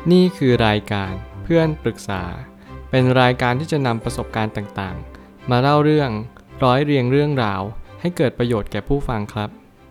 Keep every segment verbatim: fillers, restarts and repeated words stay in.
นี่คือรายการเพื่อนปรึกษาเป็นรายการที่จะนำประสบการณ์ต่างๆมาเล่าเรื่องร้อยเรียงเรื่องราวให้เกิดประโยชน์แก่ผู้ฟังครับ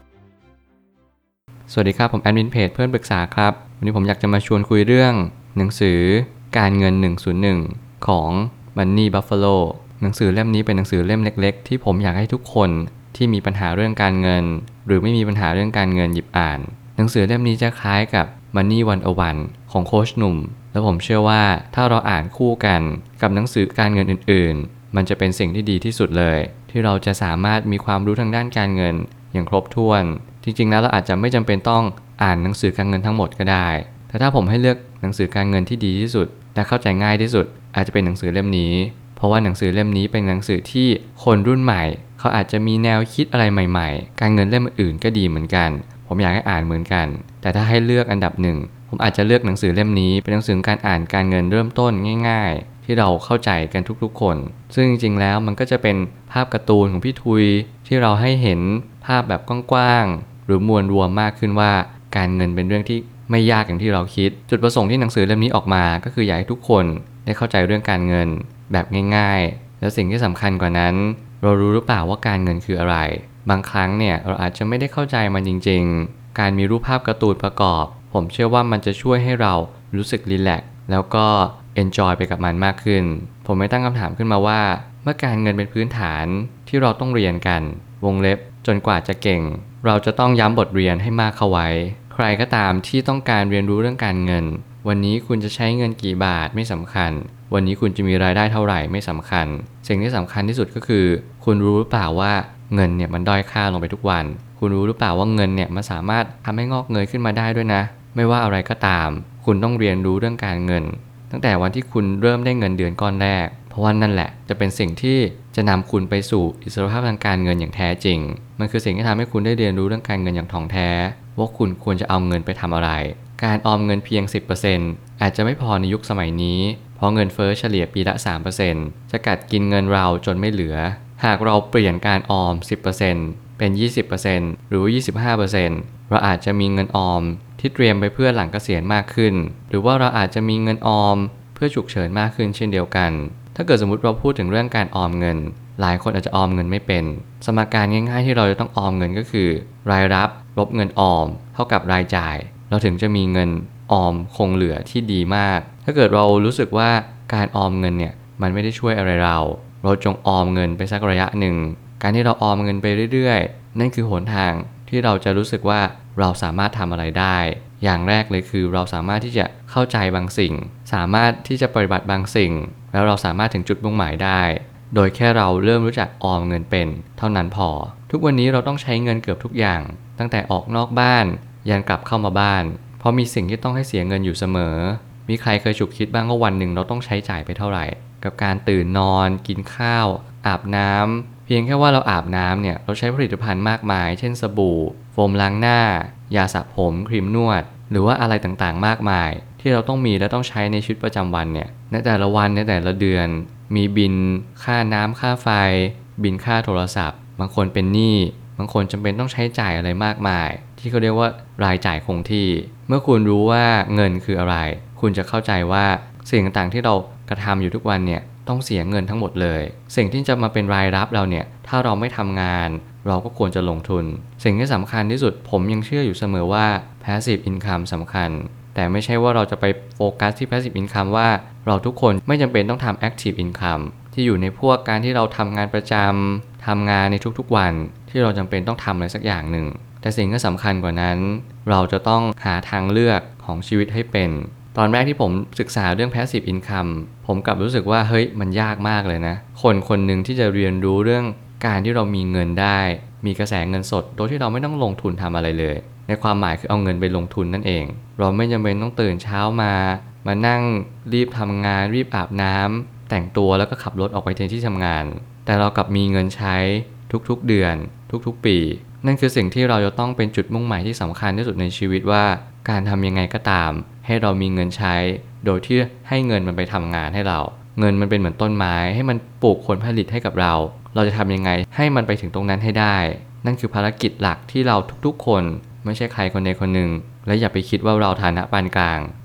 สวัสดีครับผมแอดมินเพจเพื่อนปรึกษาครับวันนี้ผมอยากจะมาชวนคุยเรื่องหนังสือการเงินหนึ่งศูนย์หนึ่งของ Money Buffalo หนังสือเล่มนี้เป็นหนังสือเล่มเล็กๆที่ผมอยากให้ทุกคนที่มีปัญหาเรื่องการเงินหรือไม่มีปัญหาเรื่องการเงินหยิบอ่านหนังสือเล่มนี้จะคล้ายกับ Money หนึ่งศูนย์หนึ่งของโค้ชหนุ่มแล้วผมเชื่อว่าถ้าเราอ่านคู่กันกับหนังสือการเงินอื่นๆมันจะเป็นสิ่งที่ดีที่สุดเลยที่เราจะสามารถมีความรู้ทางด้านการเงินอย่างครบถ้วนจริงๆแล้วเราอาจจะไม่จำเป็นต้องอ่านหนังสือการเงินทั้งหมดก็ได้แต่ถ้าผมให้เลือกหนังสือการเงินที่ดีที่สุดและเข้าใจง่ายที่สุดอาจจะเป็นหนังสือเล่มนี้เพราะว่าหนังสือเล่มนี้เป็นหนังสือที่คนรุ่นใหม่เขาอาจจะมีแนวคิดอะไรใหม่ๆการเงินเล่มอื่นก็ดีเหมือนกันผมอยากให้อ่านเหมือนกันแต่ถ้าให้เลือกอันดับหนึ่งผมอาจจะเลือกหนังสือเล่มนี้เป็นหนังสือการอ่านการเงินเริ่มต้นง่ายๆที่เราเข้าใจกันทุกๆคนซึ่งจริงๆแล้วมันก็จะเป็นภาพการ์ตูนของพี่ทุยที่เราให้เห็นภาพแบบกว้างๆหรือมวลรวมมากขึ้นว่าการเงินเป็นเรื่องที่ไม่ยากอย่างที่เราคิดจุดประสงค์ที่หนังสือเล่มนี้ออกมาก็คืออยากให้ทุกคนได้เข้าใจเรื่องการเงินแบบง่ายๆแล้วสิ่งที่สำคัญกว่านั้นเรารู้หรือเปล่าว่าการเงินคืออะไรบางครั้งเนี่ยเราอาจจะไม่ได้เข้าใจมันจริงๆการมีรูปภาพการ์ตูนประกอบผมเชื่อว่ามันจะช่วยให้เรารู้สึกรีแลกซ์แล้วก็เอนจอยไปกับมันมากขึ้นผมไม่ตั้งคำถามขึ้นมาว่าเมื่อการเงินเป็นพื้นฐานที่เราต้องเรียนกันวงเล็บจนกว่าจะเก่งเราจะต้องย้ำบทเรียนให้มากเข้าไว้ใครก็ตามที่ต้องการเรียนรู้เรื่องการเงินวันนี้คุณจะใช้เงินกี่บาทไม่สำคัญวันนี้คุณจะมีรายได้เท่าไหร่ไม่สำคัญสิ่งที่สำคัญที่สุดก็คือคุณรู้หรือเปล่าว่าเงินเนี่ยมันด้อยค่าลงไปทุกวันคุณรู้หรือเปล่าว่าเงินเนี่ยมันสามารถทำให้งอกเงยขึ้นมาได้ด้วยนะไม่ว่าอะไรก็ตามคุณต้องเรียนรู้เรื่องการเงินตั้งแต่วันที่คุณเริ่มได้เงินเดือนก้อนแรกเพราะว่านั่นแหละจะเป็นสิ่งที่จะนำคุณไปสู่อิสรภาพทางการเงินอย่างแท้จริงมันคือสิ่งที่ทำให้คุณได้เรียนรู้เรื่องการเงินอย่างถ่องแท้ว่าคุณควรจะเอาเงินไปทำอะไรการออมเงินเพียง สิบเปอร์เซ็นต์ อาจจะไม่พอในยุคสมัยนี้เพราะเงินเฟ้อเฉลี่ยปีละ สามเปอร์เซ็นต์ จะกัดกินเงินเราจนไม่เหลือหากเราเปลี่ยนการออม สิบเปอร์เซ็นต์ เป็น ยี่สิบเปอร์เซ็นต์ หรือ ยี่สิบห้าเปอร์เซ็นต์ เราอาจจะมีเงินออมที่เตรียมไปเพื่อหลังเกษียณมากขึ้นหรือว่าเราอาจจะมีเงินออมเพื่อฉุกเฉินมากขึ้นเช่นเดียวกันถ้าเกิดสมมุติเราพูดถึงเรื่องการออมเงินหลายคนอาจจะออมเงินไม่เป็นสมการง่ายๆที่เราจะต้องออมเงินก็คือรายรับลบเงินออมเท่ากับรายจ่ายเราถึงจะมีเงินออมคงเหลือที่ดีมากถ้าเกิดเรารู้สึกว่าการออมเงินเนี่ยมันไม่ได้ช่วยอะไรเราเราจงออมเงินไปสักระยะหนึ่งการที่เราออมเงินไปเรื่อยๆนั่นคือหนทางที่เราจะรู้สึกว่าเราสามารถทำอะไรได้อย่างแรกเลยคือเราสามารถที่จะเข้าใจบางสิ่งสามารถที่จะปฏิบัติบางสิ่งแล้วเราสามารถถึงจุดมุ่งหมายได้โดยแค่เราเริ่มรู้จักออมเงินเป็นเท่านั้นพอทุกวันนี้เราต้องใช้เงินเกือบทุกอย่างตั้งแต่ออกนอกบ้านยันกลับเข้ามาบ้านเพราะมีสิ่งที่ต้องให้เสียเงินอยู่เสมอมีใครเคยฉุกคิดบ้างว่าวันหนึ่งเราต้องใช้จ่ายไปเท่าไหร่กับการตื่นนอนกินข้าวอาบน้ำเพียงแค่ว่าเราอาบน้ำเนี่ยเราใช้ผลิตภัณฑ์มากมายเช่นสบู่โฟมล้างหน้ายาสระผมครีมนวดหรือว่าอะไรต่างๆมากมายที่เราต้องมีและต้องใช้ในชีวิตประจำวันเนี่ยในแต่ละวันในแต่ละเดือนมีบินค่าน้ำค่าไฟบินค่าโทรศัพท์บางคนเป็นหนี้บางคนจำเป็นต้องใช้จ่ายอะไรมากมายที่เขาเรียกว่ารายจ่ายคงที่เมื่อคุณรู้ว่าเงินคืออะไรคุณจะเข้าใจว่าสิ่งต่างๆที่เรากระทำอยู่ทุกวันเนี่ยต้องเสียเงินทั้งหมดเลยสิ่งที่จะมาเป็นรายรับเราเนี่ยถ้าเราไม่ทำงานเราก็ควรจะลงทุนสิ่งที่สำคัญที่สุดผมยังเชื่ออยู่เสมอว่า passive income สำคัญแต่ไม่ใช่ว่าเราจะไปโฟกัสที่ passive income ว่าเราทุกคนไม่จำเป็นต้องทำ active income ที่อยู่ในพวกการที่เราทำงานประจำทำงานในทุกๆวันที่เราจำเป็นต้องทำอะไรสักอย่างหนึ่งแต่สิ่งที่สำคัญกว่านั้นเราจะต้องหาทางเลือกของชีวิตให้เป็นตอนแรกที่ผมศึกษาเรื่อง passive income ผมกลับรู้สึกว่าเฮ้ยมันยากมากเลยนะคนคนหนึ่งที่จะเรียนรู้เรื่องการที่เรามีเงินได้มีกระแสเงินสดโดยที่เราไม่ต้องลงทุนทำอะไรเลยในความหมายคือเอาเงินไปลงทุนนั่นเองเราไม่จำเป็นต้องตื่นเช้ามามานั่งรีบทำงานรีบอาบน้ำแต่งตัวแล้วก็ขับรถออกไปที่ทำงานแต่เรากลับมีเงินใช้ทุกๆเดือนทุกๆปีนั่นคือสิ่งที่เราจะต้องเป็นจุดมุ่งหมายที่สำคัญที่สุดในชีวิตว่าการทำยังไงก็ตามให้เรามีเงินใช้โดยที่ให้เงินมันไปทำงานให้เราเงินมันเป็นเหมือนต้นไม้ให้มันปลูกผลผลิตให้กับเราเราจะทำยังไงให้มันไปถึงตรงนั้นให้ได้นั่นคือภารกิจหลักที่เราทุกๆคนไม่ใช่ใครคนใดคนหนึ่งและอย่าไปคิดว่าเราฐานะปานกลาง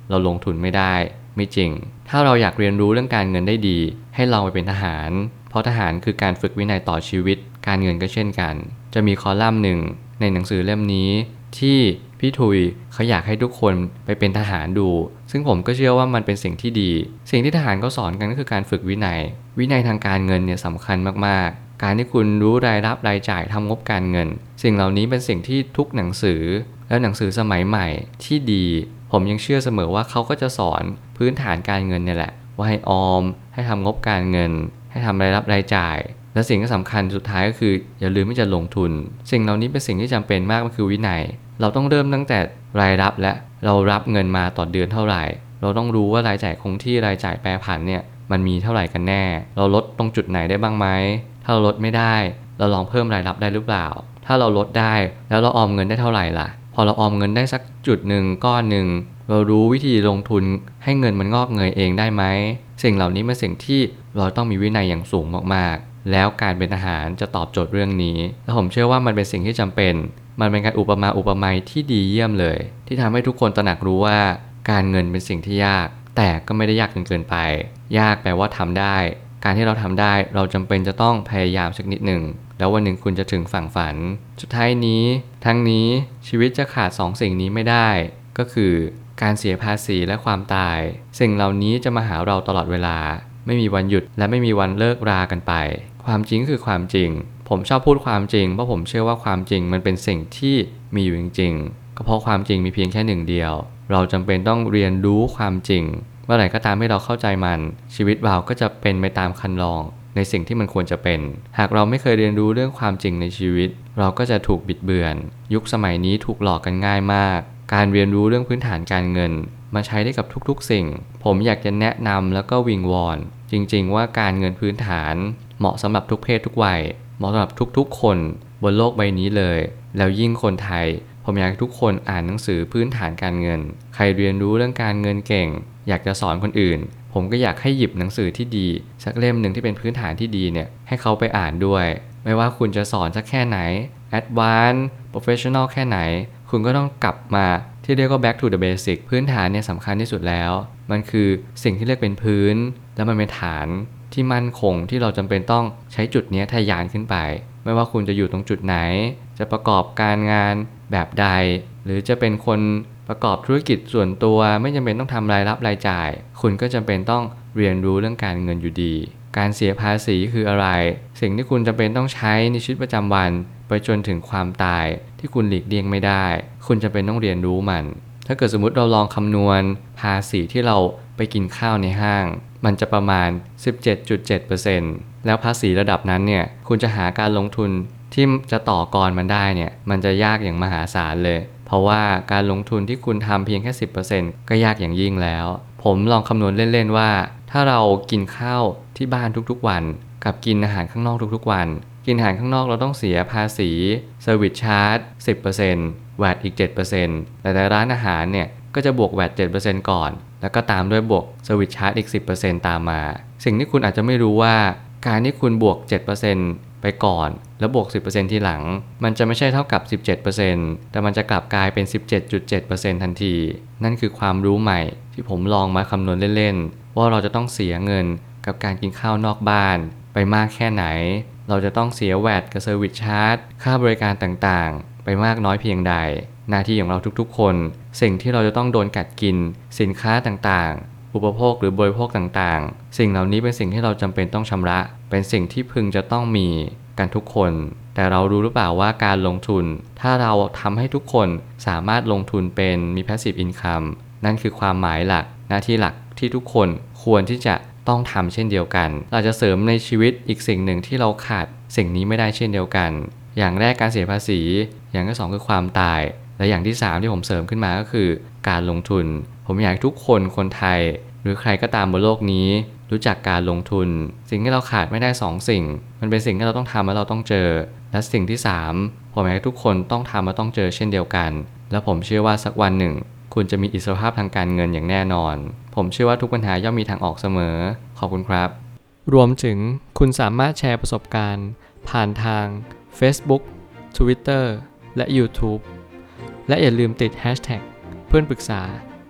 เราลงทุนไม่ได้ไม่จริงถ้าเราอยากเรียนรู้เรื่องการเงินได้ดีให้ลองไปเป็นทหารเพราะทหารคือการฝึกวินัยต่อชีวิตการเงินก็เช่นกันจะมีคอลัมน์หนึ่งในหนังสือเล่มนี้ที่พี่ทุยเขาอยากให้ทุกคนไปเป็นทหารดูซึ่งผมก็เชื่อว่ามันเป็นสิ่งที่ดีสิ่งที่ทหารก็สอนกันก็คือการฝึกวินัยวินัยทางการเงินเนี่ยสำคัญมากๆการที่คุณรู้รายรับรายจ่ายทำงบการเงินสิ่งเหล่านี้เป็นสิ่งที่ทุกหนังสือและหนังสือสมัยใหม่ที่ดีผมยังเชื่อเสมอว่าเขาก็จะสอนพื้นฐานการเงินเนี่ยแหละว่าให้ออมให้ทำงบการเงินให้ทำรายรับรายจ่ายและสิ่งที่สำคัญสุดท้ายก็คืออย่าลืมที่จะลงทุนสิ่งเหล่านี้เป็นสิ่งที่จำเป็นมากมันคือวินัยเราต้องเริ่มตั้งแต่รายรับและเรารับเงินมาต่อเดือนเท่าไหร่เราต้องรู้ว่ารายจ่ายคงที่รายจ่ายแปรผันเนี่ยมันมีเท่าไหร่กันแน่เราลดตรงจุดไหนได้บ้างไหมถ้าเราลดไม่ได้เราลองเพิ่มรายรับได้หรือเปล่าถ้าเราลดได้แล้วเราออมเงินได้เท่าไหร่ล่ะพอเราออมเงินได้สักจุดหนึ่งก้อนหนึ่งเรารู้วิธีลงทุนให้เงินมันงอกเงยเองได้ไหมสิ่งเหล่านี้เป็นสิ่งที่เราต้องมีวินัยอย่างสูงมากๆแล้วการเป็นทหารจะตอบโจทย์เรื่องนี้และผมเชื่อว่ามันเป็นสิ่งที่จำเป็นมันเป็นการอุปมาอุปไมยที่ดีเยี่ยมเลยที่ทำให้ทุกคนตระหนักรู้ว่าการเงินเป็นสิ่งที่ยากแต่ก็ไม่ได้ยากจนเกินไปยากแปลว่าทำได้การที่เราทำได้เราจำเป็นจะต้องพยายามสักนิดหนึ่งแล้ววันหนึ่งคุณจะถึงฝั่งฝันสุดท้ายนี้ทั้งนี้ชีวิตจะขาดสองสิ่งนี้ไม่ได้ก็คือการเสียภาษีและความตายสิ่งเหล่านี้จะมาหาเราตลอดเวลาไม่มีวันหยุดและไม่มีวันเลิกรากันไปความจริงคือความจริงผมชอบพูดความจริงเพราะผมเชื่อว่าความจริงมันเป็นสิ่งที่มีอยู่จริงๆก็เพราะความจริงมีเพียงแค่หนึ่งเดียวเราจำเป็นต้องเรียนรู้ความจริงเมื่อไหร่ก็ตามให้เราเข้าใจมันชีวิตเราก็จะเป็นไปตามคันลองในสิ่งที่มันควรจะเป็นหากเราไม่เคยเรียนรู้เรื่องความจริงในชีวิตเราก็จะถูกบิดเบือนยุคสมัยนี้ถูกหลอกกันง่ายมากการเรียนรู้เรื่องพื้นฐานการเงินมาใช้ได้กับทุกๆสิ่งผมอยากจะแนะนำแล้วก็วิงวอนจริงๆว่าการเงินพื้นฐานเหมาะสำหรับทุกเพศทุกวัยเหมาะสำหรับทุกๆคนบนโลกใบนี้เลยแล้วยิ่งคนไทยผมอยากให้ทุกคนอ่านหนังสือพื้นฐานการเงินใครเรียนรู้เรื่องการเงินเก่งอยากจะสอนคนอื่นผมก็อยากให้หยิบหนังสือที่ดีสักเล่มหนึ่งที่เป็นพื้นฐานที่ดีเนี่ยให้เขาไปอ่านด้วยไม่ว่าคุณจะสอนสักแค่ไหน Advanced Professional แค่ไหนคุณก็ต้องกลับมาที่เรียกว่า back to the basic พื้นฐานเนี่ยสำคัญที่สุดแล้วมันคือสิ่งที่เรียกเป็นพื้นแล้วมันเป็นฐานที่มั่นคงที่เราจำเป็นต้องใช้จุดนี้ทะยานขึ้นไปไม่ว่าคุณจะอยู่ตรงจุดไหนจะประกอบการงานแบบใดหรือจะเป็นคนประกอบธุรกิจส่วนตัวไม่จำเป็นต้องทำรายรับรายจ่ายคุณก็จำเป็นต้องเรียนรู้เรื่องการเงินอยู่ดีการเสียภาษีคืออะไรสิ่งที่คุณจำเป็นต้องใช้ในชีวิตประจำวันไปจนถึงความตายที่คุณหลีกเลี่ยงไม่ได้คุณจำเป็นต้องเรียนรู้มันถ้าเกิดสมมุติเราลองคำนวณภาษีที่เราไปกินข้าวในห้างมันจะประมาณ สิบเจ็ดจุดเจ็ดเปอร์เซ็นต์ แล้วภาษีระดับนั้นเนี่ยคุณจะหาการลงทุนที่จะต่อกรมันได้เนี่ยมันจะยากอย่างมหาศาลเลยเพราะว่าการลงทุนที่คุณทำเพียงแค่ สิบเปอร์เซ็นต์ ก็ยากอย่างยิ่งแล้วผมลองคำนวณเล่นๆว่าถ้าเรากินข้าวที่บ้านทุกๆวันกับกินอาหารข้างนอกทุกๆวันกินอาหารข้างนอกเราต้องเสียภาษี Service Charge สิบเปอร์เซ็นต์ แวต อีก เจ็ดเปอร์เซ็นต์ แต่ในร้านอาหารเนี่ยก็จะบวก แวต เจ็ดเปอร์เซ็นต์ ก่อนแล้วก็ตามด้วยบวก Service Charge อีก สิบเปอร์เซ็นต์ ตามมาสิ่งที่คุณอาจจะไม่รู้ว่าการที่คุณบวก เจ็ดเปอร์เซ็นต์ ไปก่อนแล้วบวก สิบเปอร์เซ็นต์ ทีหลังมันจะไม่ใช่เท่ากับ สิบเจ็ดเปอร์เซ็นต์ แต่มันจะกลับกลายเป็น สิบเจ็ดจุดเจ็ดเปอร์เซ็นต์ ทันทีนั่นคือความรู้ใหม่ที่ผมลองมาคำนวณเล่นๆว่าเราจะต้องเสียเงินกับการกินข้าวนอกบ้านไปมากแค่ไหนเราจะต้องเสีย แวต กับ Service Charge ค่าบริการต่างๆไปมากน้อยเพียงใดหน้าที่ของเราทุกๆคนสิ่งที่เราจะต้องโดนกัดกินสินค้าต่างๆอุปโภคหรือบริโภคต่างๆสิ่งเหล่านี้เป็นสิ่งที่เราจำเป็นต้องชำระเป็นสิ่งที่พึงจะต้องมีกันทุกคนแต่เรารู้หรือเปล่าว่าการลงทุนถ้าเราทำให้ทุกคนสามารถลงทุนเป็นมี Passive Income นั่นคือความหมายหลักหน้าที่หลักที่ทุกคนควรที่จะต้องทำเช่นเดียวกันเราจะเสริมในชีวิตอีกสิ่งหนึ่งที่เราขาดสิ่งนี้ไม่ได้เช่นเดียวกันอย่างแรกการเสียภาษีอย่างที่สองคือความตายและอย่างที่สามที่ผมเสริมขึ้นมาก็คือการลงทุนผมอยากให้ทุกคนคนไทยหรือใครก็ตามบนโลกนี้รู้จักการลงทุนสิ่งที่เราขาดไม่ได้สองสิ่งมันเป็นสิ่งที่เราต้องทำและเราต้องเจอและสิ่งที่สามผมอยากให้ทุกคนต้องทำและต้องเจอเช่นเดียวกันและผมเชื่อว่าสักวันหนึ่งคุณจะมีอิสรภาพทางการเงินอย่างแน่นอนผมเชื่อว่าทุกปัญหาย่อมมีทางออกเสมอขอบคุณครับรวมถึงคุณสามารถแชร์ประสบการณ์ผ่านทาง Facebook Twitter และ YouTube และอย่าลืมติด แฮชแท็ก เพื่อนปรึกษา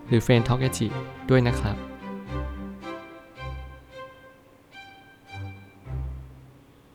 หรือ เฟรนด์ ทอล์ก แอท จี ด้วยนะครับ